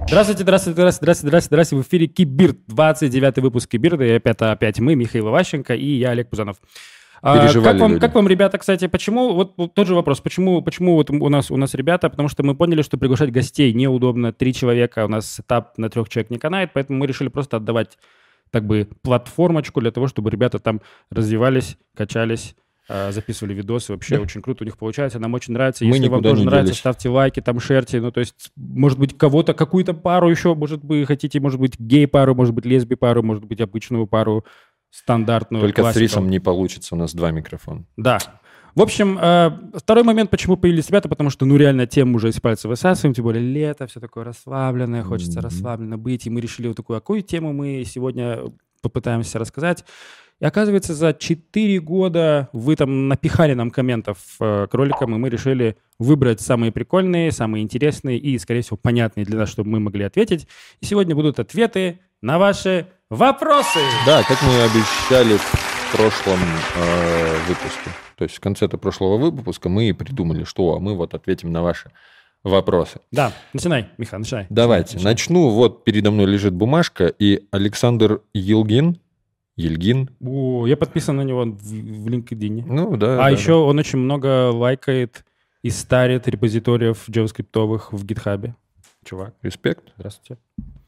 Здравствуйте. В эфире Кибирд, 29-й выпуск Кибирда. И опять мы, Михаил Иващенко и я, Олег Пузанов. Как вам, ребята, кстати, почему, вот тот же вопрос, почему вот у нас ребята, потому что мы поняли, что приглашать гостей неудобно, 3 человека, у нас сетап на 3 человек не канает, поэтому мы решили просто отдавать так бы платформочку для того, чтобы ребята там развивались, качались, записывали видосы. Вообще очень круто у них получается. Нам очень нравится. Если вам тоже нравится, ставьте лайки, там шерьте. Ну, то есть, может быть, кого-то, какую-то пару еще, может быть, хотите, может быть, гей-пару, может быть, лесби-пару, может быть, обычную пару, стандартную. Только с рисом не получится, у нас 2 микрофона. Да. В общем, второй момент, почему появились ребята, потому что, ну, реально, тему уже из пальца высасываем, тем более лето, все такое расслабленное, хочется расслабленно быть, и мы решили вот такую, какую тему мы сегодня попытаемся рассказать. И оказывается, за 4 года вы там напихали нам комментов к роликам, и мы решили выбрать самые прикольные, самые интересные и, скорее всего, понятные для нас, чтобы мы могли ответить. И сегодня будут ответы на ваши вопросы. Да, как мы обещали в прошлом выпуске. То есть в конце прошлого выпуска мы придумали, что мы вот ответим на ваши вопросы. Да, начинай, Миха, начинай. Давайте, начну. Вот передо мной лежит бумажка, и Александр Елгин. О, я подписан на него в LinkedIn. Ну, да. А еще он очень много лайкает и старит репозиториев JavaScript-овых в GitHub. Чувак. Респект. Здравствуйте.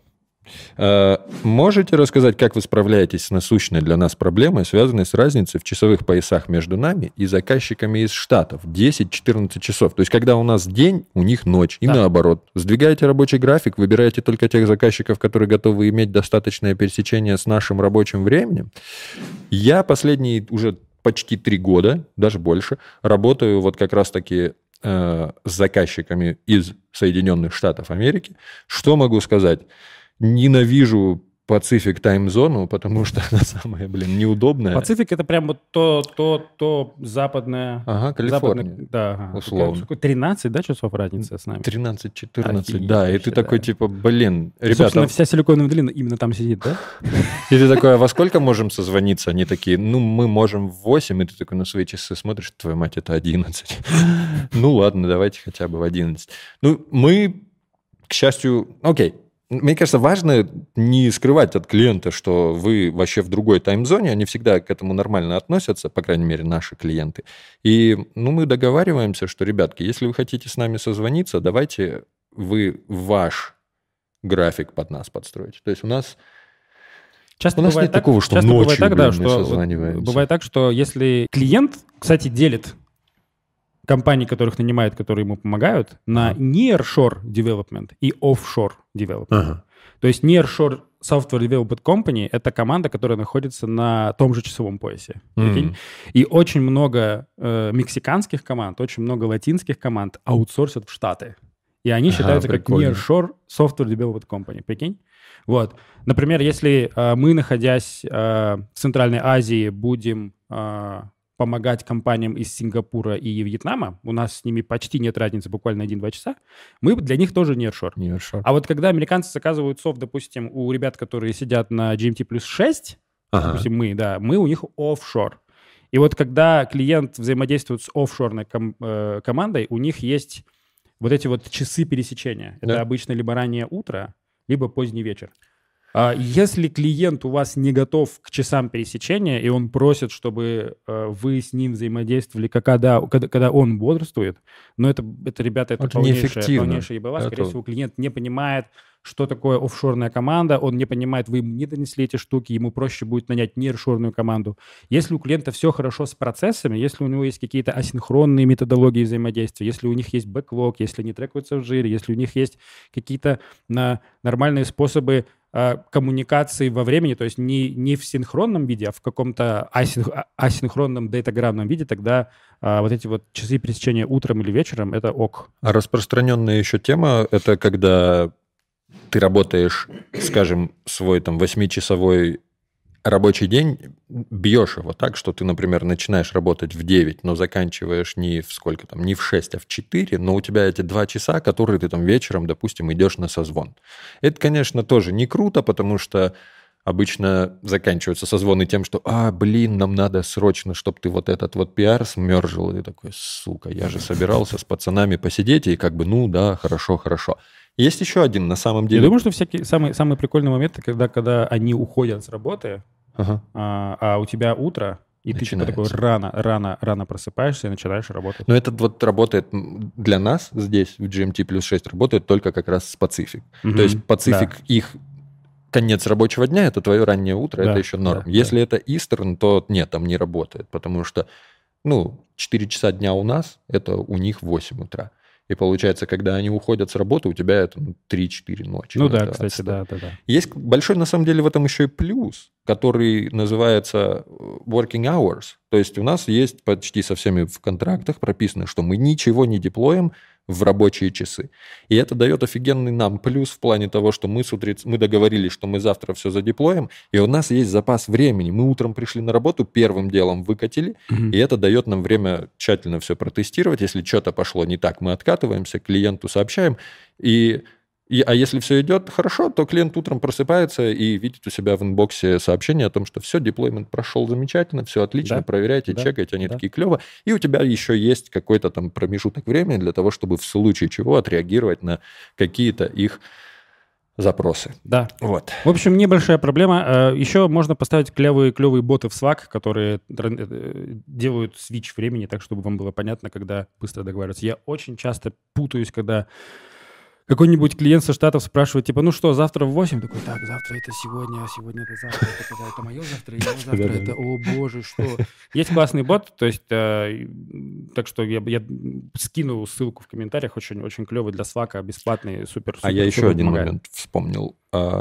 Можете рассказать, как вы справляетесь с насущной для нас проблемой, связанной с разницей в часовых поясах между нами и заказчиками из Штатов? 10-14 часов. То есть, когда у нас день, у них ночь. И наоборот. Сдвигаете рабочий график, выбираете только тех заказчиков, которые готовы иметь достаточное пересечение с нашим рабочим временем. Я последние уже почти 3 года, даже больше, работаю вот как раз-таки с заказчиками из Соединенных Штатов Америки. Что могу сказать? Ненавижу Pacific Time Zone, потому что она самая, неудобная. Pacific — это прям вот то западное... Ага, Калифорния. Да, условно. 13, да, часов разницы с нами? 13-14, да. И ты такой, ребята... Собственно, вся Силиконовая долина именно там сидит, да? И ты такой, а во сколько можем созвониться? Они такие, мы можем в 8. И ты такой на свои часы смотришь, твою мать, это 11. Ну ладно, давайте хотя бы в 11. Мы, к счастью... Окей. Мне кажется, важно не скрывать от клиента, что вы вообще в другой таймзоне. Они всегда к этому нормально относятся, по крайней мере, наши клиенты. И мы договариваемся, что, ребятки, если вы хотите с нами созвониться, давайте вы ваш график под нас подстроите. То есть у нас нет такого, что ночью мы созваниваемся. Бывает так, что если клиент, кстати, делит компании, которых нанимают, которые ему помогают, на nearshore development и offshore development. То есть nearshore software development company — это команда, которая находится на том же часовом поясе. И очень много мексиканских команд, очень много латинских команд аутсорсят в Штаты. И они считаются как nearshore software development company. Прикинь? Вот. Например, если мы, находясь в Центральной Азии, будем... помогать компаниям из Сингапура и Вьетнама, у нас с ними почти нет разницы, буквально 1-2 часа, мы для них тоже nearshore. А вот когда американцы заказывают софт, допустим, у ребят, которые сидят на GMT плюс 6, допустим, мы у них offshore. И вот когда клиент взаимодействует с офшорной командой, у них есть вот эти вот часы пересечения. Это обычно либо раннее утро, либо поздний вечер. Если клиент у вас не готов к часам пересечения, и он просит, чтобы вы с ним взаимодействовали, когда он бодрствует, но это ребята, это полнейшая ебала. Скорее всего, клиент не понимает, что такое офшорная команда, он не понимает, вы ему не донесли эти штуки, ему проще будет нанять неофшорную команду. Если у клиента все хорошо с процессами, если у него есть какие-то асинхронные методологии взаимодействия, если у них есть бэклог, если они трекаются в жире, если у них есть какие-то нормальные способы коммуникации во времени, то есть не в синхронном виде, а в каком-то асинхронном дейтаграммном виде, тогда вот эти вот часы пересечения утром или вечером — это ок. А распространенная еще тема — это когда ты работаешь, скажем, свой 8-часовой рабочий день, бьешь его так, что ты, например, начинаешь работать в 9, но заканчиваешь не в 6, а в 4, но у тебя эти 2 часа, которые ты вечером, допустим, идешь на созвон. Это, конечно, тоже не круто, потому что обычно заканчиваются созвоны тем, что нам надо срочно, чтобы ты вот этот вот пиар смержил. И ты такой, сука, я же собирался с пацанами посидеть, и хорошо. Есть еще один, на самом деле. Я думаю, что самые прикольные моменты, когда они уходят с работы, а у тебя утро, и ты типа такой рано просыпаешься и начинаешь работать. Но это вот работает для нас здесь, в GMT плюс 6, работает только как раз с Pacific. То есть Pacific, их конец рабочего дня, это твое раннее утро, это еще норм. Если это Eastern, то нет, там не работает, потому что 4 часа дня у нас, это у них 8 утра. И получается, когда они уходят с работы, у тебя это 3-4 ночи. Ну да, кстати, да. Есть большой, на самом деле, в этом еще и плюс, который называется working hours. То есть у нас есть почти со всеми в контрактах прописано, что мы ничего не деплоим в рабочие часы. И это дает офигенный нам плюс в плане того, что мы договорились, что мы завтра все задеплоим, и у нас есть запас времени. Мы утром пришли на работу, первым делом выкатили, и это дает нам время тщательно все протестировать. Если что-то пошло не так, мы откатываемся, клиенту сообщаем, а если все идет хорошо, то клиент утром просыпается и видит у себя в инбоксе сообщение о том, что все, деплоймент прошел замечательно, все отлично, проверяйте, чекайте, они такие клево. И у тебя еще есть какой-то там промежуток времени для того, чтобы в случае чего отреагировать на какие-то их запросы. Да. Вот. В общем, небольшая проблема. Еще можно поставить клевые боты в Slack, которые делают свич времени так, чтобы вам было понятно, когда быстро договариваться. Я очень часто путаюсь, когда какой-нибудь клиент со Штатов спрашивает, типа, ну что, завтра в 8? Такой, так, завтра это сегодня, а сегодня это завтра. Это мое завтра, и его завтра. Это, о боже, что? Есть классный бот, то есть, так что я скину ссылку в комментариях, очень клевый для Slack, бесплатный, супер. А я еще один момент вспомнил.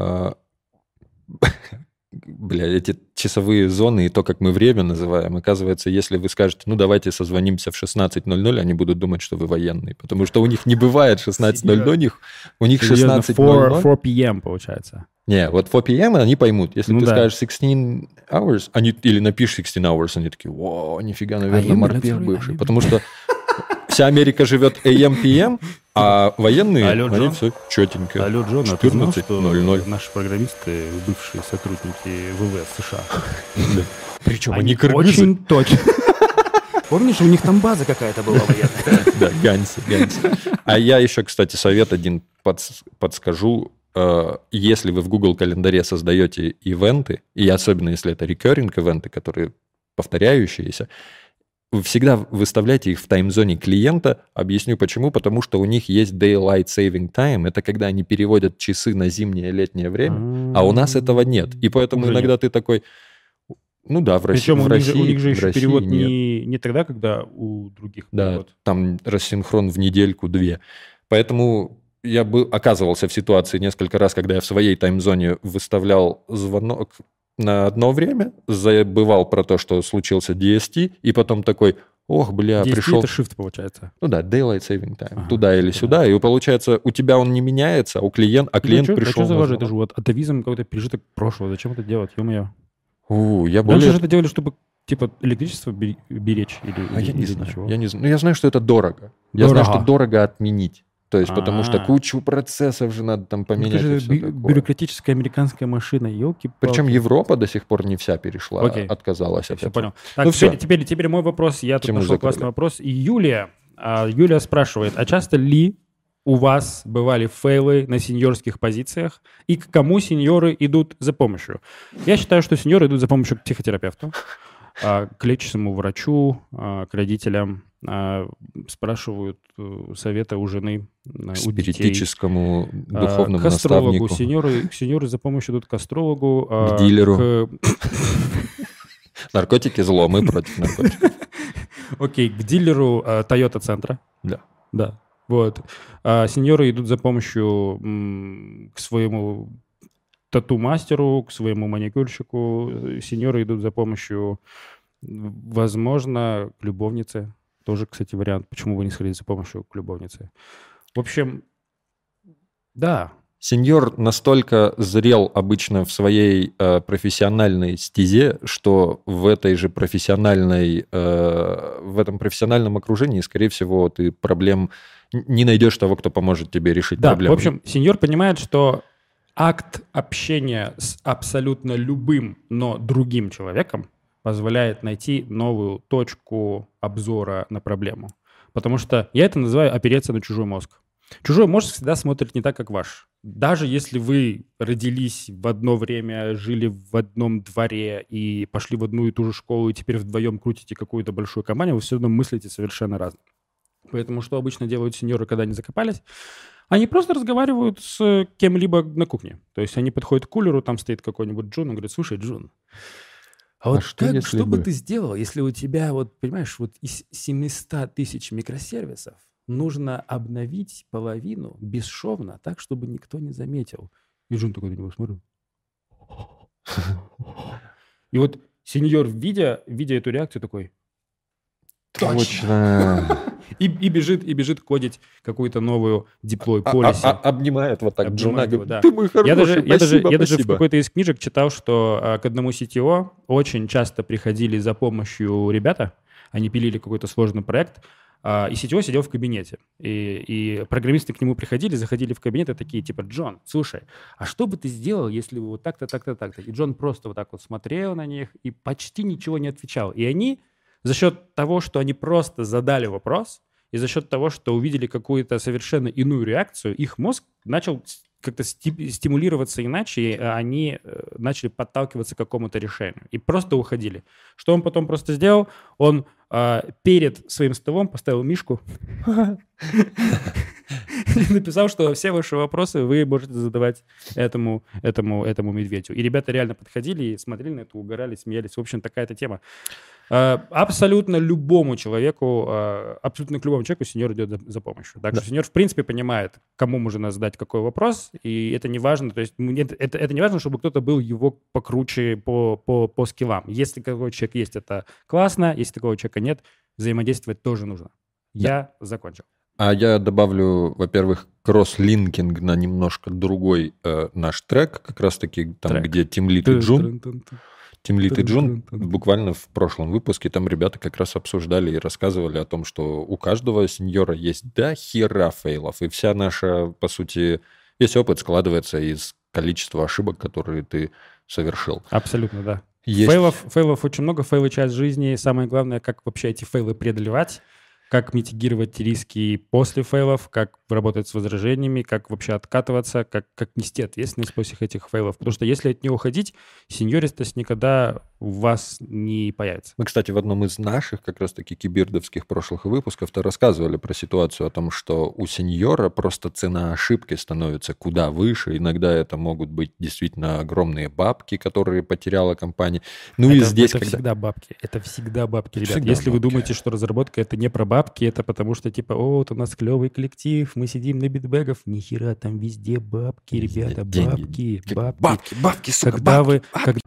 Эти часовые зоны и то, как мы время называем, оказывается, если вы скажете, давайте созвонимся в 16:00, они будут думать, что вы военный, потому что у них не бывает 16:00, у них 16:00. 4 p.m. получается. Не, вот 4 p.m. они поймут. Если ты скажешь 16 hours, или напишешь 16 hours, они такие, о, нифига, наверное, морпех бывший, потому что вся Америка живет AM, PM, а военные, они все четенько. Алло, Джон, а ты знал, что 14:00. наши программисты бывшие сотрудники ВВС США? Причем они очень точно. Помнишь, у них там база какая-то была военная? Да, Ганси. А я еще, кстати, совет один подскажу. Если вы в Google календаре создаете ивенты, и особенно если это recurring ивенты, которые повторяющиеся, вы всегда выставляйте их в таймзоне клиента. Объясню почему. Потому что у них есть Daylight Saving Time. Это когда они переводят часы на зимнее и летнее время. А у нас этого нет. И поэтому уже иногда ты такой... в России. Причем у них же еще перевод нет. не тогда, когда у других перевод. Да, там рассинхрон в недельку-две. Поэтому я оказывался в ситуации несколько раз, когда я в своей таймзоне выставлял звонок на одно время, забывал про то, что случился DST, и потом такой, DST пришел... это shift, получается. Daylight Saving Time. Туда или сюда, и получается, у тебя он не меняется, а клиент пришел... А что за важно? Это же атовизм, какой-то пережиток прошлого. Зачем это делать? Ё-моё. Раньше же это делали, чтобы электричество беречь или не знаю. ничего? Я не знаю. Я знаю, что это дорого. Я знаю, что дорого отменить. То есть, потому что кучу процессов же надо там поменять. Это же бюрократическая американская машина, елки-палки. Причем Европа до сих пор не вся перешла, отказалась от этого. Понял. Так, теперь мой вопрос. Я тут нашел классный вопрос. И Юлия спрашивает, а часто ли у вас бывали фейлы на сеньорских позициях? И к кому сеньоры идут за помощью? Я считаю, что сеньоры идут за помощью к психотерапевту, к лечащему врачу, к родителям. Спрашивают совета у жены, у детей. Спиритическому духовному к астрологу. наставнику. Сеньоры за помощью идут к астрологу. К дилеру. Наркотики зло, мы против наркотиков. Окей, к дилеру Toyota-центра. Да. Вот. Сеньоры идут за помощью к своему тату-мастеру, к своему маникюрщику. Сеньоры идут за помощью, возможно, к любовнице. Тоже, кстати, вариант, почему вы не сходили за помощью к любовнице. В общем, да. Сеньор настолько зрел обычно в своей профессиональной стезе, что в этом профессиональном окружении, скорее всего, ты проблем не найдешь того, кто поможет тебе решить проблему. Да, в общем, сеньор понимает, что акт общения с абсолютно любым, но другим человеком позволяет найти новую точку обзора на проблему. Потому что я это называю опереться на чужой мозг. Чужой мозг всегда смотрит не так, как ваш. Даже если вы родились в одно время, жили в одном дворе и пошли в одну и ту же школу, и теперь вдвоем крутите какую-то большую компанию, вы все равно мыслите совершенно разно. Поэтому что обычно делают сеньоры, когда они закопались? Они просто разговаривают с кем-либо на кухне. То есть они подходят к кулеру, там стоит какой-нибудь Джун, он говорит: слушай, Джун, а вот что бы ты сделал, если у тебя, вот понимаешь, вот из 700 тысяч микросервисов нужно обновить половину бесшовно, так, чтобы никто не заметил. И Джун такой на него смотрит. И вот сеньор, видя эту реакцию, такой: точно. И бежит кодить какую-то новую deploy policy. Обнимает вот так Джуна. Да. Ты мой хороший, Я даже в какой-то из книжек читал, что к одному CTO очень часто приходили за помощью ребята, они пилили какой-то сложный проект, и CTO сидел в кабинете. И программисты к нему приходили, заходили в кабинет и такие, типа: Джон, слушай, а что бы ты сделал, если бы вот так-то, так-то, так-то? И Джон просто вот так вот смотрел на них и почти ничего не отвечал. И они за счет того, что они просто задали вопрос, и за счет того, что увидели какую-то совершенно иную реакцию, их мозг начал как-то стимулироваться иначе, и они начали подталкиваться к какому-то решению. И просто уходили. Что он потом просто сделал? Он перед своим столом поставил мишку и написал, что все ваши вопросы вы можете задавать этому медведю. И ребята реально подходили и смотрели на это, угорали, смеялись. В общем, такая-то тема. Абсолютно любому человеку сеньор идет за помощью. Так что сеньор, в принципе, понимает, кому можно задать какой вопрос, и это не важно, то есть это не важно, чтобы кто-то был его покруче по скиллам. Если такой человек есть, это классно, если такого человека нет, взаимодействовать тоже нужно. Я закончил. А я добавлю, во-первых, кросс-линкинг на немножко другой наш трек, как раз-таки там, где Тимлит и Джун. Тимлит и Джун буквально в прошлом выпуске там ребята как раз обсуждали и рассказывали о том, что у каждого сеньора есть до хера фейлов, и вся наша, по сути, весь опыт складывается из количества ошибок, которые ты совершил. Абсолютно, да. Фейлов очень много, фейлы — часть жизни. Самое главное, как вообще эти фейлы преодолевать, как митигировать риски после фейлов, как работать с возражениями, как вообще откатываться, как нести ответственность после этих фейлов. Потому что если от него уходить, сеньористость никогда у вас не появится. Мы, кстати, в одном из наших как раз-таки кибирдовских прошлых выпусков-то рассказывали про ситуацию о том, что у сеньора просто цена ошибки становится куда выше. Иногда это могут быть действительно огромные бабки, которые потеряла компания. Ну и здесь... Это всегда бабки. Это всегда бабки, ребят. Если вы думаете, что разработка — это не про бабки, это потому что типа: вот у нас клевый коллектив, мы сидим на битбэгов. Нихера, там везде бабки, ребята, бабки. Бабки, сука, когда бабки.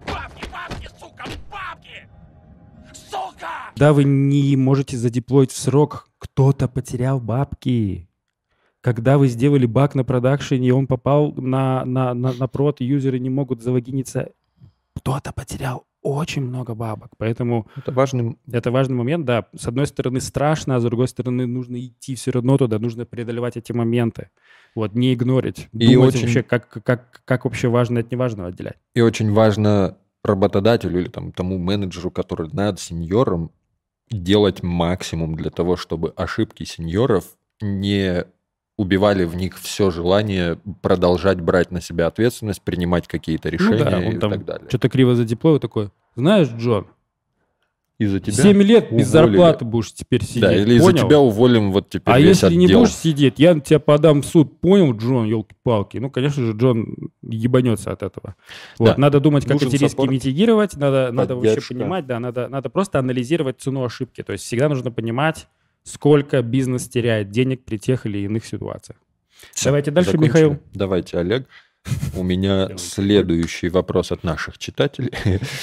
Когда вы не можете задеплоить в срок, кто-то потерял бабки. Когда вы сделали баг на продакшене, и он попал на прод, и юзеры не могут залогиниться, кто-то потерял очень много бабок. Поэтому это важный момент, да. С одной стороны страшно, а с другой стороны нужно идти все равно туда, нужно преодолевать эти моменты. Вот, не игнорить. И думать вообще, как вообще важно от неважного отделять. И очень важно работодателю или тому менеджеру, который над сеньором, делать максимум для того, чтобы ошибки сеньоров не убивали в них все желание продолжать брать на себя ответственность, принимать какие-то решения и так далее. Что-то криво задеплоил, такой: знаешь, Джон, из-за тебя 7 лет уволили. Без зарплаты будешь теперь сидеть. Да, или из-за тебя уволим вот теперь весь отдел. Если не будешь сидеть, я на тебя подам в суд. Понял, Джон, елки-палки? Ну, конечно же, Джон ебанется от этого. Вот, да. Надо думать, как эти риски митигировать, надо вообще понимать, да, надо просто анализировать цену ошибки. То есть всегда нужно понимать, сколько бизнес теряет денег при тех или иных ситуациях. Все, давайте дальше, закончили. Михаил. Давайте, Олег. У меня следующий вопрос от наших читателей.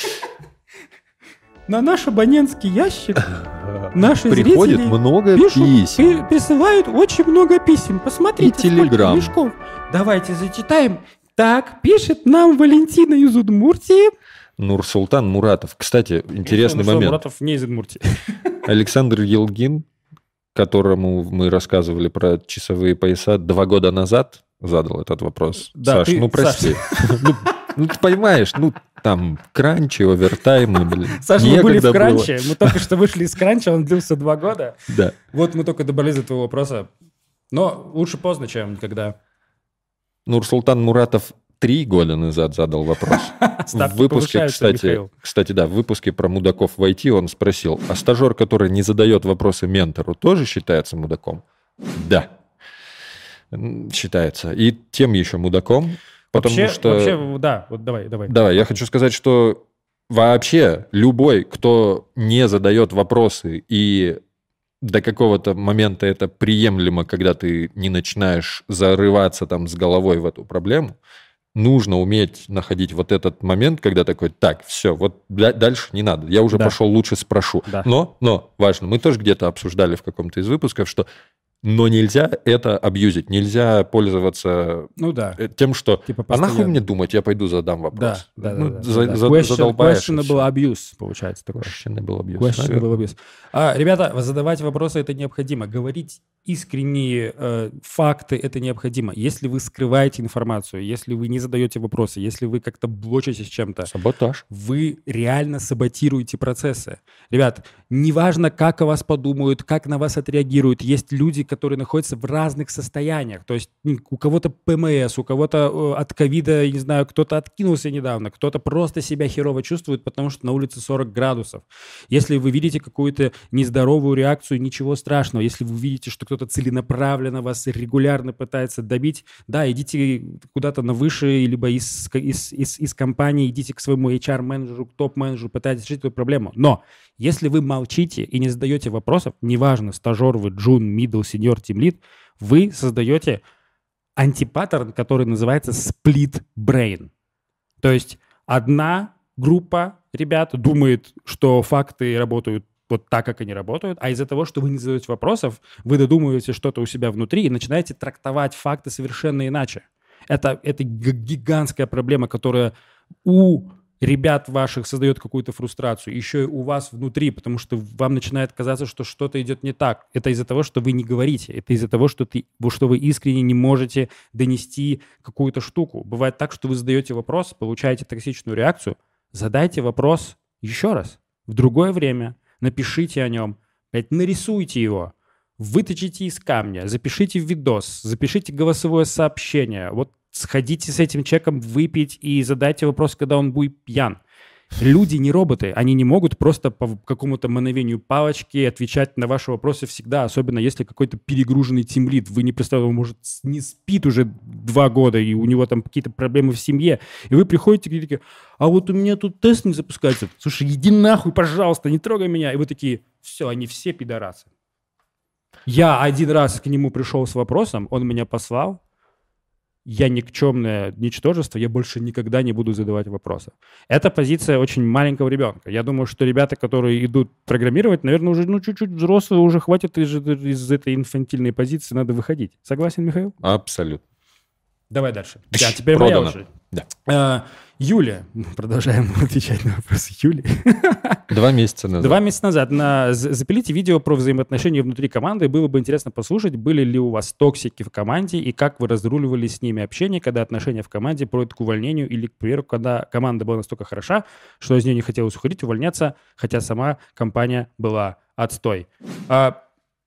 На наш абонентский ящик наши приходит зрители много писем. Присылают очень много писем. Посмотрите, сколько мешков. Давайте зачитаем. Так, пишет нам Валентина из Удмуртии. Нурсултан Муратов. Кстати, интересный момент. Муратов не из Удмуртии. Александр Елгин, которому мы рассказывали про часовые пояса 2 года назад, задал этот вопрос. Да, Саш, прости. Ну, ты понимаешь, там кранчи, овертаймы, блин. Саша, мы были в кранче, мы только что вышли из кранча, он длился 2 года. Да. Вот мы только добрались до твоего вопроса. Но лучше поздно, чем никогда. Нурсултан Муратов 3 года назад задал вопрос. В выпуске, кстати, да, в выпуске про мудаков в IT он спросил, а стажер, который не задает вопросы ментору, тоже считается мудаком? Да, считается. И тем еще мудаком, потому что... Вообще, да, вот давай. Давай, я хочу сказать, что вообще любой, кто не задает вопросы и до какого-то момента это приемлемо, когда ты не начинаешь зарываться там с головой в эту проблему, нужно уметь находить вот этот момент, когда такой, так, все, вот дальше не надо, я уже пошел, лучше спрошу. Да. Но, важно, мы тоже где-то обсуждали в каком-то из выпусков, что но нельзя это абьюзить, нельзя пользоваться тем, что типа а нахуй мне думать, я пойду задам вопрос. Задолбаешь. Questionable abuse, получается такое. Questionable abuse. Ребята, задавать вопросы это необходимо, говорить искренние факты это необходимо. Если вы скрываете информацию, если вы не задаете вопросы, если вы как-то блочитесь чем-то, саботаж. Вы реально саботируете процессы. Ребят, неважно, как о вас подумают, как на вас отреагируют, есть люди, которые находятся в разных состояниях. То есть у кого-то ПМС, у кого-то от ковида, я не знаю, кто-то откинулся недавно, кто-то просто себя херово чувствует, потому что на улице 40 градусов. Если вы видите какую-то нездоровую реакцию, ничего страшного. Если вы видите, что кто-то целенаправленно вас регулярно пытается добить, да, идите куда-то на выше, либо из компании, идите к своему HR-менеджеру, к топ-менеджеру, пытайтесь решить эту проблему. Но если вы молчите и не задаете вопросов, неважно, стажер вы, джун, мидл, сеньор, тимлид, вы создаете антипаттерн, который называется split brain. То есть одна группа ребят думает, что факты работают вот так, как они работают, а из-за того, что вы не задаете вопросов, вы додумываете что-то у себя внутри и начинаете трактовать факты совершенно иначе. Это гигантская проблема, которая у ребят ваших создает какую-то фрустрацию, еще и у вас внутри, потому что вам начинает казаться, что что-то идет не так. Это из-за того, что вы не говорите, это из-за того, что вы искренне не можете донести какую-то штуку. Бывает так, что вы задаете вопрос, получаете токсичную реакцию, задайте вопрос еще раз, в другое время, напишите о нем, нарисуйте его, вытащите из камня, запишите в видос, запишите голосовое сообщение, вот сходите с этим человеком выпить и задайте вопрос, когда он будет пьян. Люди не роботы, они не могут просто по какому-то мановению палочки отвечать на ваши вопросы всегда, особенно если какой-то перегруженный тимлид. Вы не представляете, он, может, не спит уже 2 года, и у него там какие-то проблемы в семье, и вы приходите и такие, а вот у меня тут тест не запускается. Слушай, иди нахуй, пожалуйста, не трогай меня. И вы такие, все, они все пидорасы. Я один раз к нему пришел с вопросом, он меня послал, я никчемное ничтожество, я больше никогда не буду задавать вопросы. Это позиция очень маленького ребенка. Я думаю, что ребята, которые идут программировать, наверное, уже чуть-чуть взрослые, уже хватит из этой инфантильной позиции, надо выходить. Согласен, Михаил? Абсолютно. Давай дальше. Теперь моя очередь. Да. Юля, продолжаем отвечать на вопросы Юли. 2 месяца назад. 2 месяца назад. Запилите видео про взаимоотношения внутри команды. Было бы интересно послушать, были ли у вас токсики в команде и как вы разруливали с ними общение, когда отношения в команде приводят к увольнению или, к примеру, когда команда была настолько хороша, что из нее не хотелось уходить, увольняться, хотя сама компания была отстой. Да,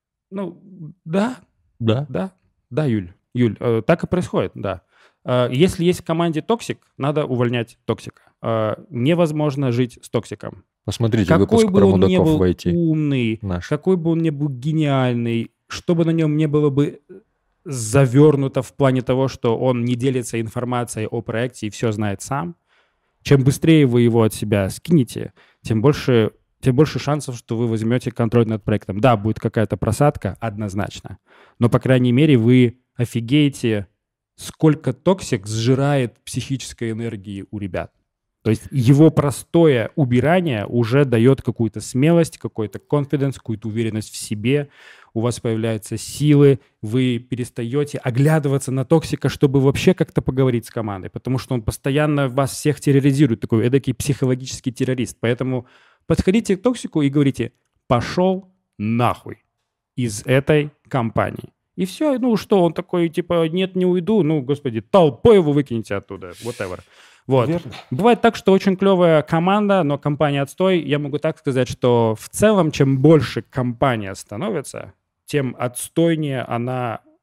Юль. Юль, так и происходит, да. Если есть в команде токсик, надо увольнять токсика. Невозможно жить с токсиком. Посмотрите выпуск про мудаков в IT. Какой бы он ни был умный, какой бы он ни был гениальный, что бы на нем не было бы завернуто в плане того, что он не делится информацией о проекте и все знает сам, чем быстрее вы его от себя скинете, тем больше шансов, что вы возьмете контроль над проектом. Да, будет какая-то просадка, однозначно. Но, по крайней мере, вы офигеете, сколько токсик сжирает психической энергии у ребят. То есть его простое убирание уже дает какую-то смелость, какой-то confidence, какую-то уверенность в себе. У вас появляются силы, вы перестаете оглядываться на токсика, чтобы вообще как-то поговорить с командой, потому что он постоянно вас всех терроризирует, такой эдакий психологический террорист. Поэтому подходите к токсику и говорите: пошел нахуй из этой компании. И все, что он такой, типа, нет, не уйду, господи, толпой его выкинете оттуда, whatever. Вот. Верно. Бывает так, что очень клевая команда, но компания отстой. Я могу так сказать, что в целом, чем больше компания становится, тем отстойнее она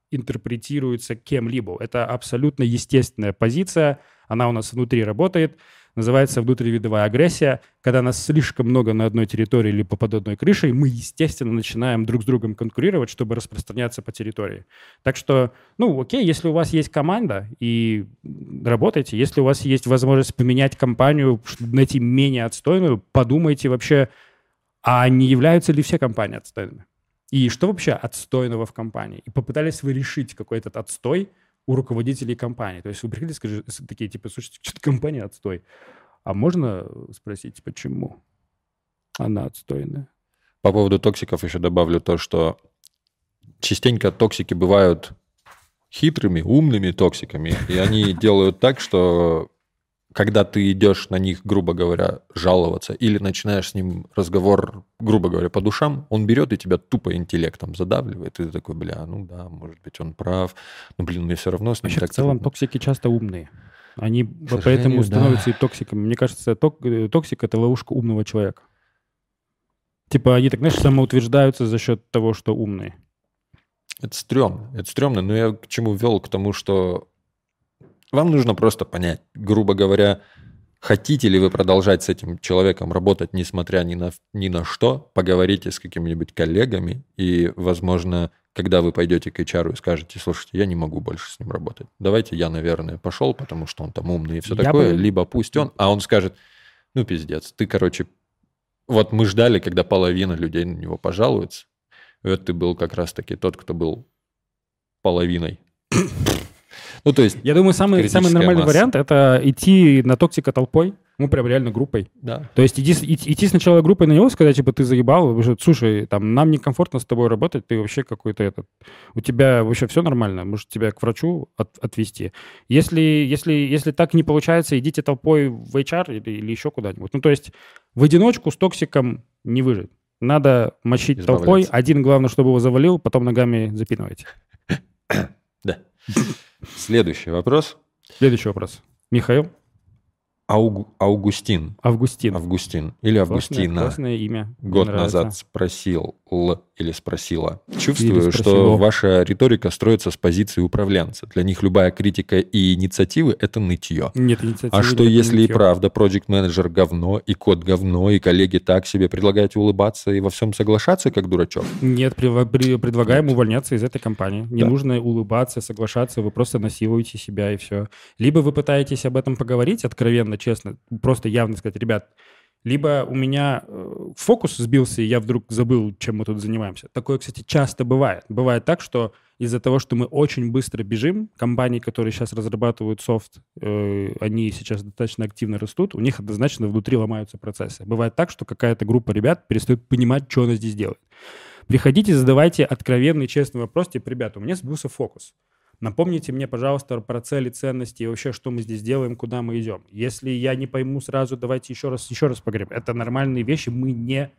интерпретируется кем-либо. Это абсолютно естественная позиция, она у нас внутри работает, называется внутривидовая агрессия. Когда нас слишком много на одной территории или под одной крышей, мы, естественно, начинаем друг с другом конкурировать, чтобы распространяться по территории. Так что, окей, если у вас есть команда, и работайте. Если у вас есть возможность поменять компанию, найти менее отстойную, подумайте вообще, а не являются ли все компании отстойными? И что вообще отстойного в компании? И попытались вы решить какой-то отстой у руководителей компании. То есть вы приходите, скажите, такие, типа, слушайте, что-то компания отстой. А можно спросить, почему она отстойная? По поводу токсиков еще добавлю то, что частенько токсики бывают хитрыми, умными токсиками, и они делают так, что когда ты идешь на них, грубо говоря, жаловаться или начинаешь с ним разговор, грубо говоря, по душам, он берет и тебя тупо интеллектом задавливает, и ты такой, да, может быть, он прав, но, мне все равно с ним вообще, так в целом, трудно. Токсики часто умные. Они поэтому становятся и токсиками. Мне кажется, токсик — это ловушка умного человека. Типа они так, самоутверждаются за счет того, что умные. Это стрёмно, но я к чему вел? К тому, что вам нужно просто понять, грубо говоря, хотите ли вы продолжать с этим человеком работать, несмотря ни на что, поговорите с какими-нибудь коллегами, и, возможно, когда вы пойдете к HR и скажете, слушайте, я не могу больше с ним работать, давайте я, наверное, пошел, потому что он там умный и все такое, либо пусть он, а он скажет, пиздец, ты, вот мы ждали, когда половина людей на него пожалуется, и вот ты был как раз-таки тот, кто был половиной. То есть я думаю, самый нормальный вариант — это идти на токсика толпой, прям реально группой. Да. То есть идти сначала группой на него, сказать, типа, ты заебал, слушай, нам некомфортно с тобой работать, ты вообще какой-то у тебя вообще все нормально, может, тебя к врачу отвезти. Если так не получается, идите толпой в HR или еще куда-нибудь. То есть в одиночку с токсиком не выжить. Надо мочить толпой. Один, главное, чтобы его завалил, потом ногами запинывайте. Да. Следующий вопрос. Михаил? Августин. Или Августина. Классное имя. Год назад спросила, чувствую, что ваша риторика строится с позиции управленца. Для них любая критика и инициативы – это нытье. Нет, инициативы. А что если и правда проект-менеджер говно, и код говно, и коллеги так себе, предлагаете улыбаться и во всем соглашаться, как дурачок? Нет, предлагаем увольняться из этой компании. Не нужно улыбаться, соглашаться, вы просто насилуете себя и все. Либо вы пытаетесь об этом поговорить откровенно, честно, просто явно сказать, ребят, либо у меня фокус сбился, и я вдруг забыл, чем мы тут занимаемся. Такое, кстати, часто бывает. Бывает так, что из-за того, что мы очень быстро бежим, компании, которые сейчас разрабатывают софт, они сейчас достаточно активно растут, у них однозначно внутри ломаются процессы. Бывает так, что какая-то группа ребят перестает понимать, что она здесь делает. Приходите, задавайте откровенный, честный вопрос, типа, ребята, у меня сбился фокус. Напомните мне, пожалуйста, про цели, ценности и вообще, что мы здесь делаем, куда мы идем. Если я не пойму сразу, давайте еще раз поговорим. Это нормальные вещи, мы не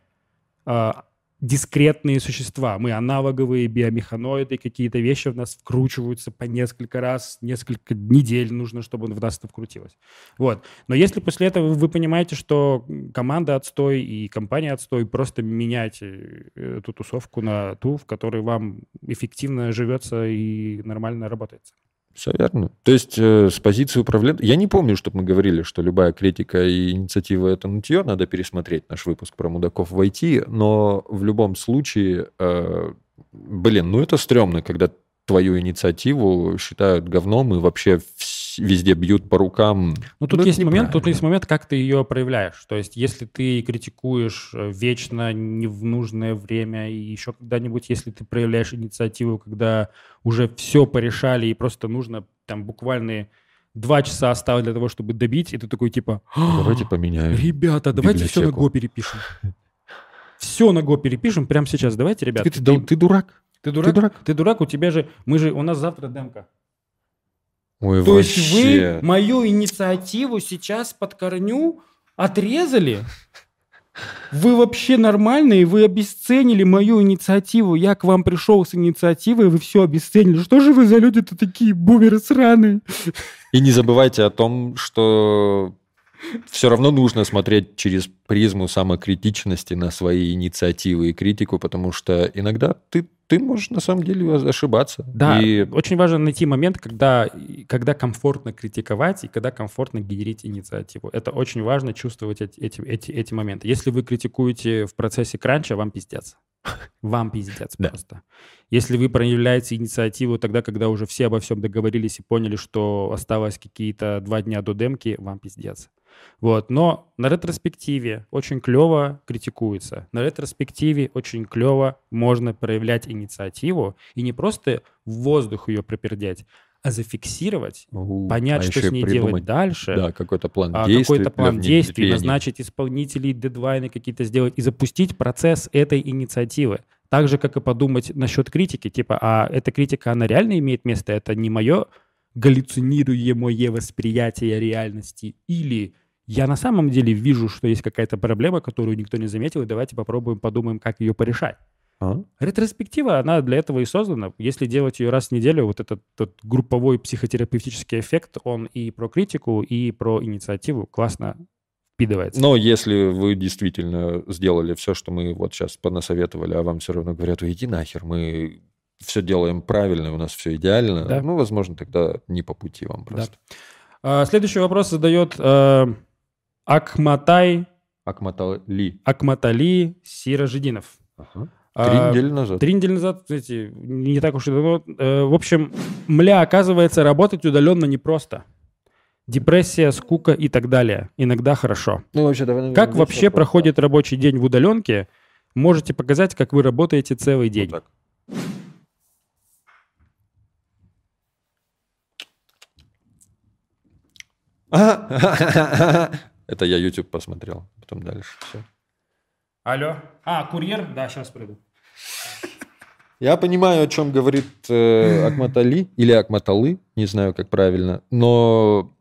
дискретные существа, мы аналоговые биомеханоиды, какие-то вещи в нас вкручиваются по несколько раз, несколько недель нужно, чтобы в нас это вкрутилось. Вот. Но если после этого вы понимаете, что команда отстой и компания отстой, просто меняйте эту тусовку на ту, в которой вам эффективно живется и нормально работается. Все верно. То есть с позиции управления... Я не помню, чтобы мы говорили, что любая критика и инициатива — это нытье. Надо пересмотреть наш выпуск про мудаков в IT. Но в любом случае, это стрёмно, когда твою инициативу считают говном и вообще везде бьют по рукам. Тут есть момент, как ты ее проявляешь. То есть если ты критикуешь вечно, не в нужное время, и еще когда-нибудь, если ты проявляешь инициативу, когда уже все порешали, и просто нужно там буквально 2 часа осталось для того, чтобы добить, и ты такой типа... Давайте поменяем. Ребята, давайте все на Go перепишем. Все на Go перепишем прямо сейчас. Давайте, ребята. Ты дурак. Ты дурак, у нас завтра демка. Ой, То вообще. есть вы мою инициативу сейчас под корню отрезали? Вы вообще нормальные? Вы обесценили мою инициативу. Я к вам пришел с инициативой, вы все обесценили. Что же вы за люди-то такие бумеры сраные? И не забывайте о том, что все равно нужно смотреть через призму самокритичности на свои инициативы и критику, потому что иногда ты ты можешь на самом деле ошибаться. Да, очень важно найти момент, когда комфортно критиковать и когда комфортно генерить инициативу. Это очень важно чувствовать эти моменты. Если вы критикуете в процессе кранча, вам пиздец. Вам пиздец просто. Если вы проявляете инициативу тогда, когда уже все обо всем договорились и поняли, что осталось какие-то 2 дня до демки, вам пиздец. Вот. Но на ретроспективе очень клево критикуется. На ретроспективе очень клево можно проявлять инициативу и не просто в воздух ее пропердеть, а зафиксировать, понять, что с ней делать дальше. Да, какой-то план действий. Какой-то план действий, назначить исполнителей, дедлайны какие-то сделать и запустить процесс этой инициативы. Так же, как и подумать насчет критики. Типа, а эта критика, она реально имеет место? Это не мое галлюцинируемое восприятие реальности? Или я на самом деле вижу, что есть какая-то проблема, которую никто не заметил, и давайте попробуем, подумаем, как ее порешать. Ретроспектива, она для этого и создана. Если делать ее раз в неделю, вот этот групповой психотерапевтический эффект, он и про критику, и про инициативу классно впитывается. Но если вы действительно сделали все, что мы вот сейчас понасоветовали, а вам все равно говорят, иди нахер, мы все делаем правильно, у нас все идеально, да. Возможно, тогда не по пути вам просто. Да. Следующий вопрос задает Акматали Сиражидинов. Ага. 3 недели назад. 3 недели назад, знаете, не так уж и давно. В общем, оказывается, работать удаленно непросто. Депрессия, скука и так далее. Иногда хорошо. Вообще, давай, как вообще проходит рабочий день в удаленке? Можете показать, как вы работаете целый день. Вот так. Это я YouTube посмотрел. Потом дальше. Все. Алло. Курьер? Да, сейчас приду. Я понимаю, о чем говорит Акматали или Акматалы, не знаю, как правильно. Но,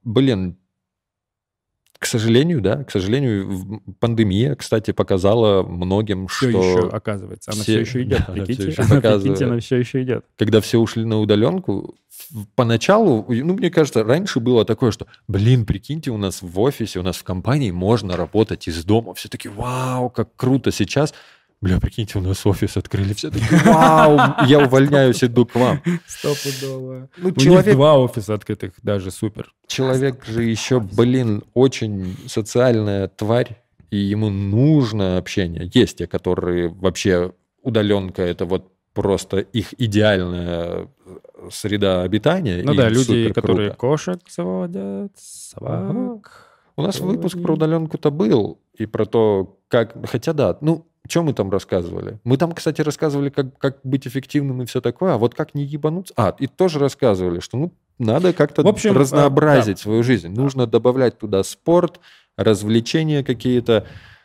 к сожалению, пандемия, кстати, показала многим, все что... еще, оказывается. Она все еще идет, прикиньте. Она все еще идет. Когда все ушли на удаленку, поначалу, мне кажется, раньше было такое, что, прикиньте, у нас в офисе, у нас в компании можно работать из дома. Все такие, вау, как круто. Сейчас, прикиньте, у нас офис открыли. Все такие, вау, я увольняюсь, иду к вам. Стопудово. У них 2 офиса открытых, даже супер. Человек же еще, очень социальная тварь, и ему нужно общение. Есть те, которые вообще удаленка, это вот просто их идеальная среда обитания. Люди, которые кошек заводят, собак. У нас выпуск про удаленку-то был, и про то, как... Хотя да, что мы там рассказывали? Мы там, кстати, рассказывали, как быть эффективным и все такое, а вот как не ебануться... И тоже рассказывали, что надо как-то разнообразить свою жизнь. Да. Нужно добавлять туда спорт, развлечения какие-то,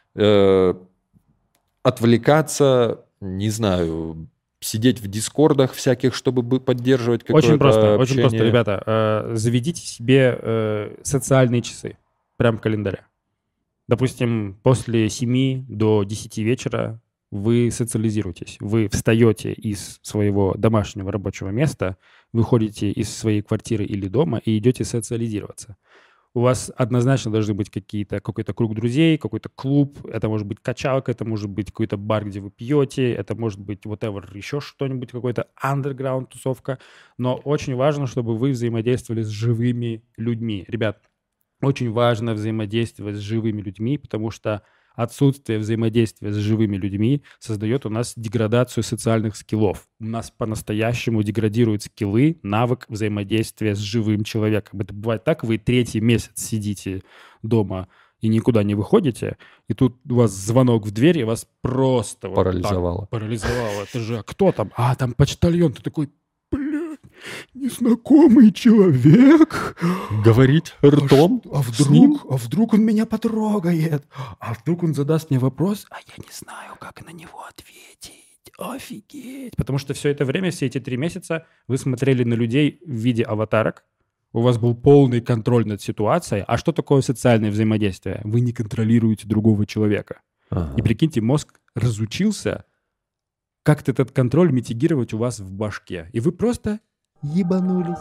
отвлекаться, не знаю... сидеть в дискордах всяких, чтобы поддерживать какое-то общение. Очень просто, ребята. Заведите себе социальные часы. Прям календаря. Допустим, после 7 до 10 вечера вы социализируетесь. Вы встаете из своего домашнего рабочего места, выходите из своей квартиры или дома и идете социализироваться. У вас однозначно должны быть какой-то круг друзей, какой-то клуб, это может быть качалка, это может быть какой-то бар, где вы пьете, это может быть whatever, еще что-нибудь, какой-то underground тусовка. Но очень важно, чтобы вы взаимодействовали с живыми людьми. Ребят, очень важно взаимодействовать с живыми людьми, потому что отсутствие взаимодействия с живыми людьми создает у нас деградацию социальных скиллов. У нас по-настоящему деградируют скиллы, навык взаимодействия с живым человеком. Это бывает так, вы 3-й месяц сидите дома и никуда не выходите, и тут у вас звонок в дверь, и вас просто парализовало. Парализовало. Это же, кто там? Там почтальон. Ты такой, незнакомый человек говорит ртом. Вдруг он меня потрогает? Вдруг он задаст мне вопрос, а я не знаю, как на него ответить. Офигеть. Потому что все это время, все эти 3 месяца вы смотрели на людей в виде аватарок. У вас был полный контроль над ситуацией. А что такое социальное взаимодействие? Вы не контролируете другого человека. И прикиньте, мозг разучился как-то этот контроль митигировать у вас в башке. И вы просто... ебанулись.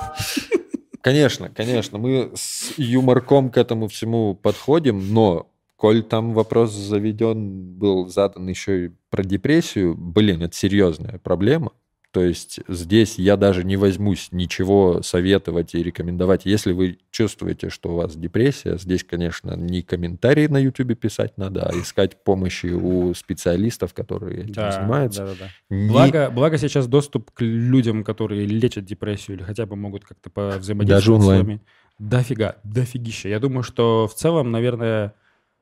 Конечно, мы с юморком к этому всему подходим, но коль там вопрос был задан еще и про депрессию, это серьезная проблема. То есть здесь я даже не возьмусь ничего советовать и рекомендовать. Если вы чувствуете, что у вас депрессия, здесь, конечно, не комментарии на YouTube писать надо, а искать помощи у специалистов, которые этим занимаются. Благо сейчас доступ к людям, которые лечат депрессию или хотя бы могут как-то взаимодействовать даже онлайн. с вами. Дофигища. Я думаю, что в целом, наверное,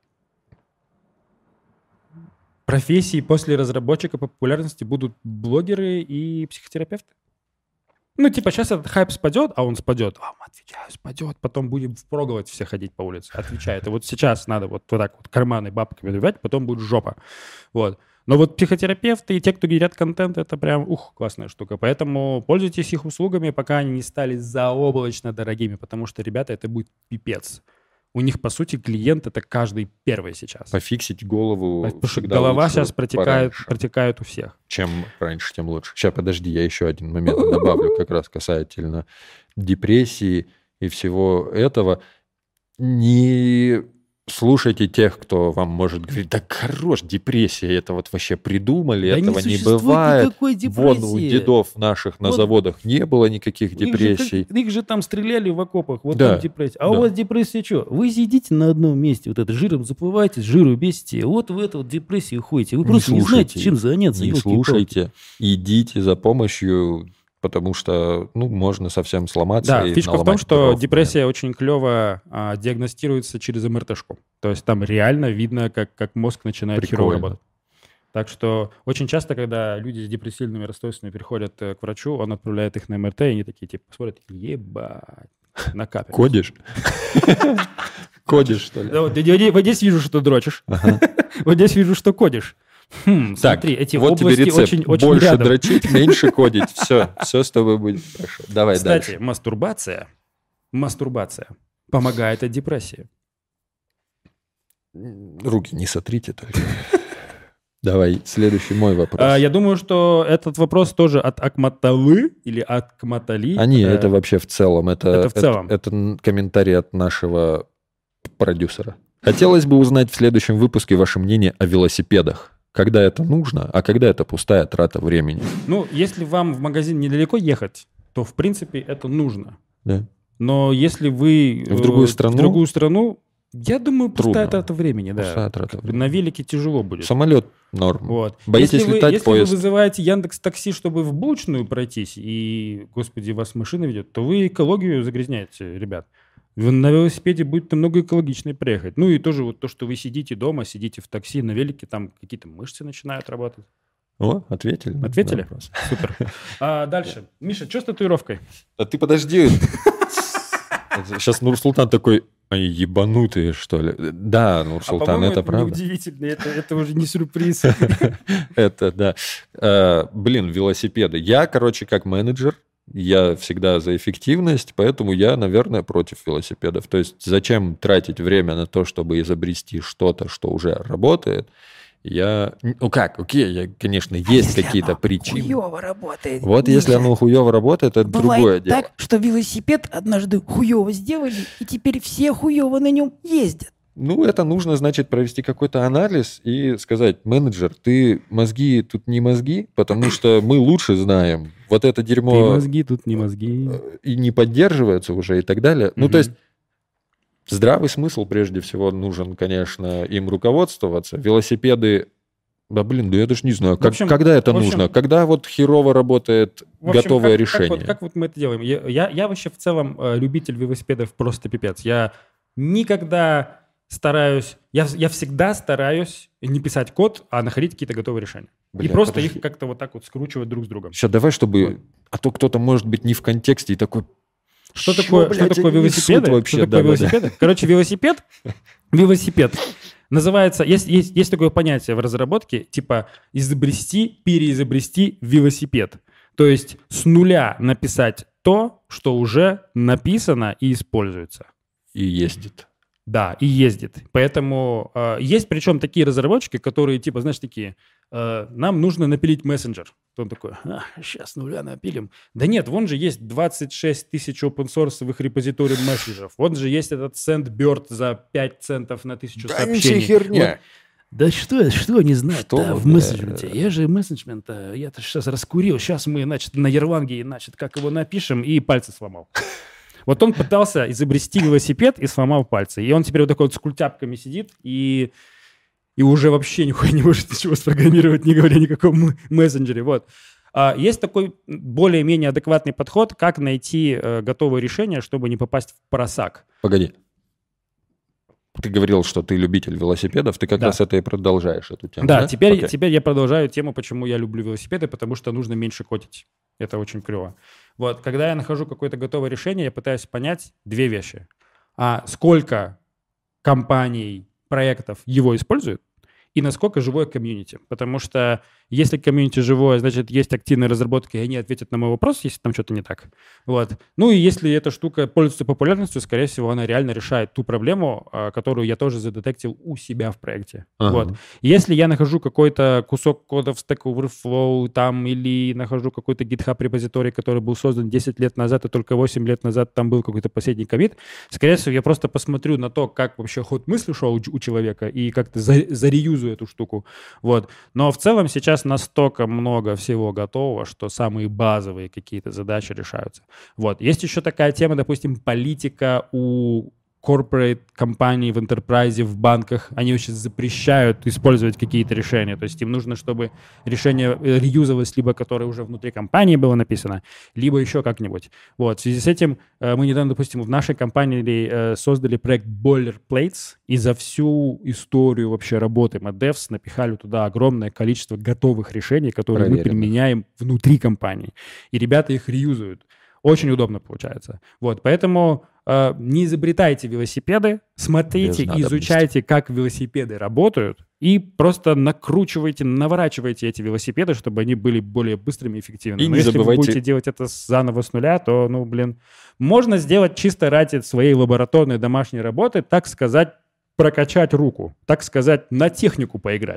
профессии после разработчика по популярности будут блогеры и психотерапевты. Сейчас этот хайп спадет, а он спадет. Отвечаю, спадет. Потом будем впроголодь все ходить по улице. Отвечаю. Это вот сейчас надо вот так вот карманы бабками набивать, потом будет жопа. Вот. Но вот психотерапевты и те, кто генерят контент, это прям, классная штука. Поэтому пользуйтесь их услугами, пока они не стали заоблачно дорогими, потому что, ребята, это будет пипец. У них, по сути, клиент — это каждый первый сейчас. Пофиксить голову. Потому что голова сейчас протекает у всех. Чем раньше, тем лучше. Сейчас, подожди, я еще один момент добавлю, как раз касательно депрессии и всего этого. Не слушайте тех, кто вам может говорить: да хорош, депрессия, это вот вообще придумали, да этого не бывает. Вон у дедов наших на заводах не было никаких депрессий. Их же там стреляли в окопах, там депрессия. А у вас депрессия что? Вы сидите на одном месте, вот это жиром заплываете, с жиру бесите, вот в эту вот депрессию ходите. Вы просто не знаете, чем заняться. Не слушайте, идите за помощью, потому что можно совсем сломаться. Да, фишка в том, что депрессия очень клево диагностируется через МРТ-шку. То есть там реально видно, как мозг начинает херово работать. Так что очень часто, когда люди с депрессивными расстройствами приходят к врачу, он отправляет их на МРТ, и они такие смотрят: ебать, накапливают. Кодишь? Кодишь, что ли? Вот здесь вижу, что дрочишь. Вот здесь вижу, что кодишь. Смотри, эти вот области тебе рецепт. очень больше рядом. дрочить, меньше кодить. Все с тобой будет хорошо. Давай Кстати, дальше. мастурбация помогает от депрессии. Руки не сотрите только. Давай, следующий мой вопрос. Я думаю, что этот вопрос тоже от Акматалы или от Кматали. Это вообще в целом. Это в целом. Это комментарий от нашего продюсера. Хотелось бы узнать в следующем выпуске ваше мнение о велосипедах. Когда это нужно, а когда это пустая трата времени? Если вам в магазин недалеко ехать, то, в принципе, это нужно. Да. Но если вы в другую страну, я думаю, пустая трата времени. Пустая трата времени. На велике тяжело будет. Самолет норм. Вот. Боитесь летать, поезд. Если вы вызываете Яндекс.Такси, чтобы в булочную пройтись, и, господи, вас машина ведет, то вы экологию загрязняете, ребят. На велосипеде будет намного экологичнее приехать. И тоже вот то, что вы сидите дома, сидите в такси, на велике, там какие-то мышцы начинают работать. Ответили. Ответили? Супер. Дальше. Миша, что с татуировкой? А ты подожди. Сейчас Нурсултан такой: ебанутые, что ли? Да, Нурсултан, это правда. Неудивительно, это уже не сюрприз. Это, да. Велосипеды. Я, как менеджер, я всегда за эффективность, поэтому я, наверное, против велосипедов. То есть зачем тратить время на то, чтобы изобрести что-то, что уже работает? Конечно, есть какие-то причины. Хуёво работает. Вот если оно хуёво работает, это другое дело. Так, что велосипед однажды хуёво сделали, и теперь все хуёво на нем ездят. Это нужно, значит, провести какой-то анализ и сказать: менеджер, ты мозги тут не мозги, потому что мы лучше знаем. Вот это дерьмо... Ты мозги тут не мозги. И не поддерживается уже и так далее. То есть здравый смысл прежде всего нужен, конечно, им руководствоваться. Велосипеды... я даже не знаю, когда это нужно. Когда вот херово работает готовое решение. Как мы это делаем? Я вообще в целом любитель велосипедов просто пипец. Я никогда... Я всегда стараюсь не писать код, а находить какие-то готовые решения. И просто их как-то вот так вот скручивать друг с другом. Сейчас давай, чтобы... А то кто-то может быть не в контексте и такой... Что такое велосипеды? Вообще? Велосипеды? Короче, велосипед называется... Есть такое понятие в разработке, типа переизобрести велосипед. То есть с нуля написать то, что уже написано и используется. И ездит. Да, и ездит. Поэтому есть причем такие разработчики, которые, такие, нам нужно напилить мессенджер. Он такой, сейчас с нуля напилим. Да нет, вон же есть 26 тысяч open-source репозиторий мессенджеров. Вон же есть этот SendBird за 5 центов на 1000 сообщений. Херня. Вот. Да что не знать-то в месседжменте? Я же месседжмент, я-то сейчас раскурил. Сейчас мы, значит, на Erlang, значит, как его напишем, и пальцы сломал. Вот он пытался изобрести велосипед и сломал пальцы. И он теперь вот такой вот с культяпками сидит и уже вообще нихуя не может ничего спрограммировать, не говоря ни о каком мессенджере. Вот. Есть такой более-менее адекватный подход, как найти готовое решение, чтобы не попасть в просак. Погоди. Ты говорил, что ты любитель велосипедов, ты как раз это и продолжаешь, эту тему. Да, теперь я продолжаю тему, почему я люблю велосипеды, потому что нужно меньше котить. Это очень клево. Вот, когда я нахожу какое-то готовое решение, я пытаюсь понять две вещи. Сколько компаний, проектов его используют, и насколько живое комьюнити. Потому что если комьюнити живое, значит, есть активные разработки, и они ответят на мой вопрос, если там что-то не так. Вот. Ну и если эта штука пользуется популярностью, скорее всего, она реально решает ту проблему, которую я тоже задетектил у себя в проекте. Вот. Если я нахожу какой-то кусок кода в Stack Overflow там, или нахожу какой-то GitHub репозиторий, который был создан 10 лет назад, и только 8 лет назад там был какой-то последний коммит, скорее всего, я просто посмотрю на то, как вообще ход мысли шел у человека, и как-то зареюзаю эту штуку. Вот. Но в целом сейчас настолько много всего готового, что самые базовые какие-то задачи решаются. Вот. Есть еще такая тема, допустим, политика у corporate компаний в enterprise, в банках. Они вообще запрещают использовать какие-то решения. То есть им нужно, чтобы решение реюзалось, либо которое уже внутри компании было написано, либо еще как-нибудь. Вот. В связи с этим мы недавно, допустим, в нашей компании создали проект Boilerplates, и за всю историю вообще работы MadDevs напихали туда огромное количество готовых решений, которые мы применяем внутри компании. И ребята их реюзают. Очень удобно получается. Вот. Поэтому не изобретайте велосипеды, смотрите, изучайте, как велосипеды работают, и просто накручивайте, наворачивайте эти велосипеды, чтобы они были более быстрыми и эффективными. Но если вы будете делать это заново с нуля, то, можно сделать чисто ради своей лабораторной домашней работы, так сказать, прокачать руку, так сказать, на технику поиграть.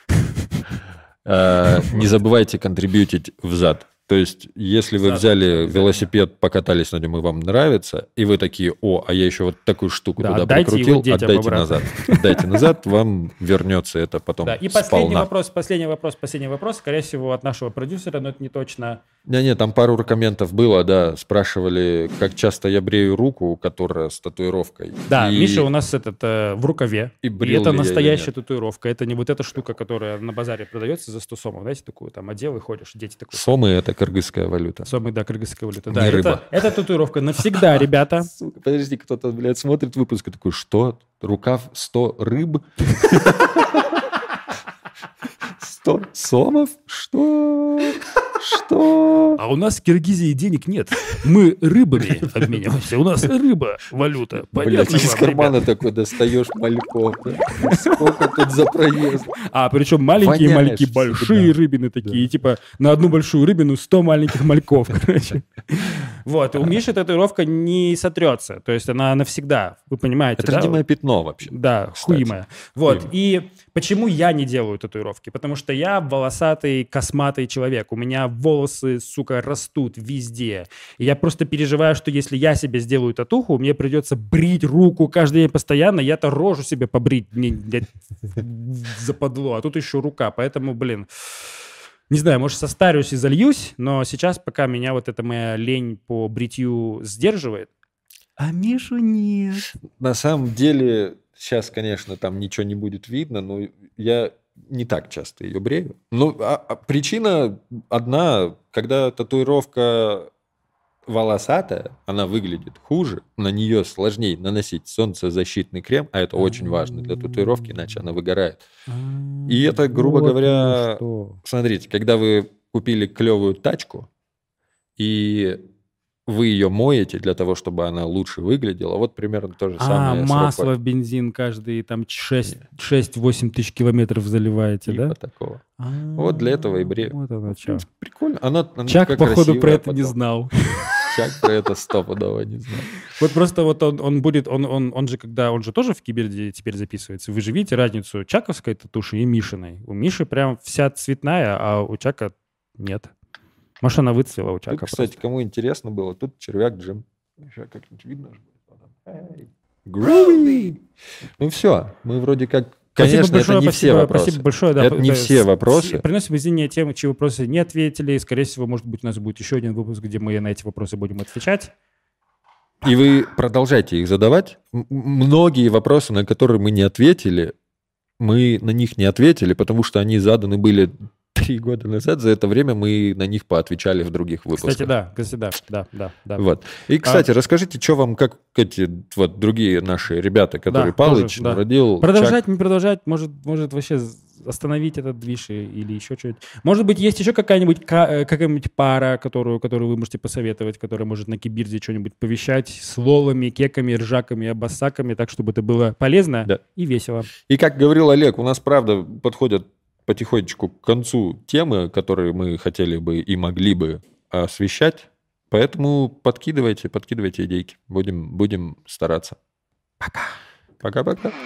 Не забывайте контрибьютить в зад. То есть, если вы взяли велосипед, покатались на нем, и вам нравится, и вы такие, а я еще вот такую штуку туда прикрутил, отдайте назад. Отдайте назад, вам вернется это потом сполна. И последний вопрос, скорее всего, от нашего продюсера, но это не точно. Нет, там пару комментов было, да, спрашивали, как часто я брею руку, которая с татуировкой. Да, Миша у нас в рукаве, и это настоящая татуировка, это не вот эта штука, которая на базаре продается за 100 сомов, знаете, такую там одел и ходишь, дети такую. Сомы — это кыргызская валюта. Сомы, да, кыргызская валюта. Не рыба. Это татуировка навсегда, ребята. Сука, подожди, кто-то, блядь, смотрит выпуск и такой, что? Рукав 100 рыб? 100 сомов? Что? А у нас в Киргизии денег нет. Мы рыбами обмениваемся. У нас рыба, валюта. Блядь, из кармана такой достаешь мальков. Сколько тут за проезд? Причем маленькие мальки, большие рыбины такие. Типа на одну большую рыбину 100 маленьких мальков, короче. Вот. У Миши татуировка не сотрется. То есть она навсегда. Вы понимаете, это родимое пятно вообще. Да, хуимое. Вот. И почему я не делаю татуировки? Потому что я волосатый, косматый человек. У меня волосы, сука, растут везде. И я просто переживаю, что если я себе сделаю татуху, мне придется брить руку каждый день постоянно, я-то рожу себе побрить мне западло, а тут еще рука. Поэтому, не знаю, может, состарюсь и зальюсь, но сейчас пока меня вот эта моя лень по бритью сдерживает. А Мишу нет. На самом деле, сейчас, конечно, там ничего не будет видно, но я не так часто ее брею. Причина одна, когда татуировка волосатая, она выглядит хуже, на нее сложнее наносить солнцезащитный крем, а это очень важно для татуировки, иначе она выгорает. И это, грубо говоря, смотрите, когда вы купили клевую тачку, и вы ее моете для того, чтобы она лучше выглядела. Вот примерно то же самое. Масло в бензин каждые 6-8 тысяч километров заливаете, типа да? Такого. Вот для этого и брею. Вот оно что. Прикольно. Она Чак, походу, про это не знал. Чак про это стопудово не знает. Вот просто вот он будет, он же тоже в Киберде теперь записывается. Вы же видите разницу чаковской татуши и Мишиной. У Миши прям вся цветная, а у Чака нет. Может, она выцвела у Чака. Тут, кстати, кому интересно было, тут червяк Джим. Сейчас как-нибудь видно же будет. Груби! Ну все, мы вроде как... Конечно, это не все вопросы. Спасибо большое. Да, это не все вопросы. Приносим извинения тем, чьи вопросы не ответили. Скорее всего, может быть, у нас будет еще один выпуск, где мы на эти вопросы будем отвечать. И вы продолжайте их задавать. Многие вопросы, на которые мы не ответили, мы на них не ответили, потому что они заданы были 3 года назад. За это время мы на них поотвечали в других выпусках. Кстати, да. Вот. И, кстати, расскажите, что вам, как эти вот другие наши ребята, которые Палыч, Родил, продолжать, Чак... не продолжать, может вообще остановить этот движ или еще что-нибудь. Может быть, есть еще какая-нибудь пара, которую вы можете посоветовать, которая может на Кибирде что-нибудь повещать с лолами, кеками, ржаками, абассаками, так, чтобы это было полезно и весело. И, как говорил Олег, у нас, правда, подходят потихонечку к концу темы, которые мы хотели бы и могли бы освещать. Поэтому подкидывайте идейки. Будем стараться. Пока. Пока-пока.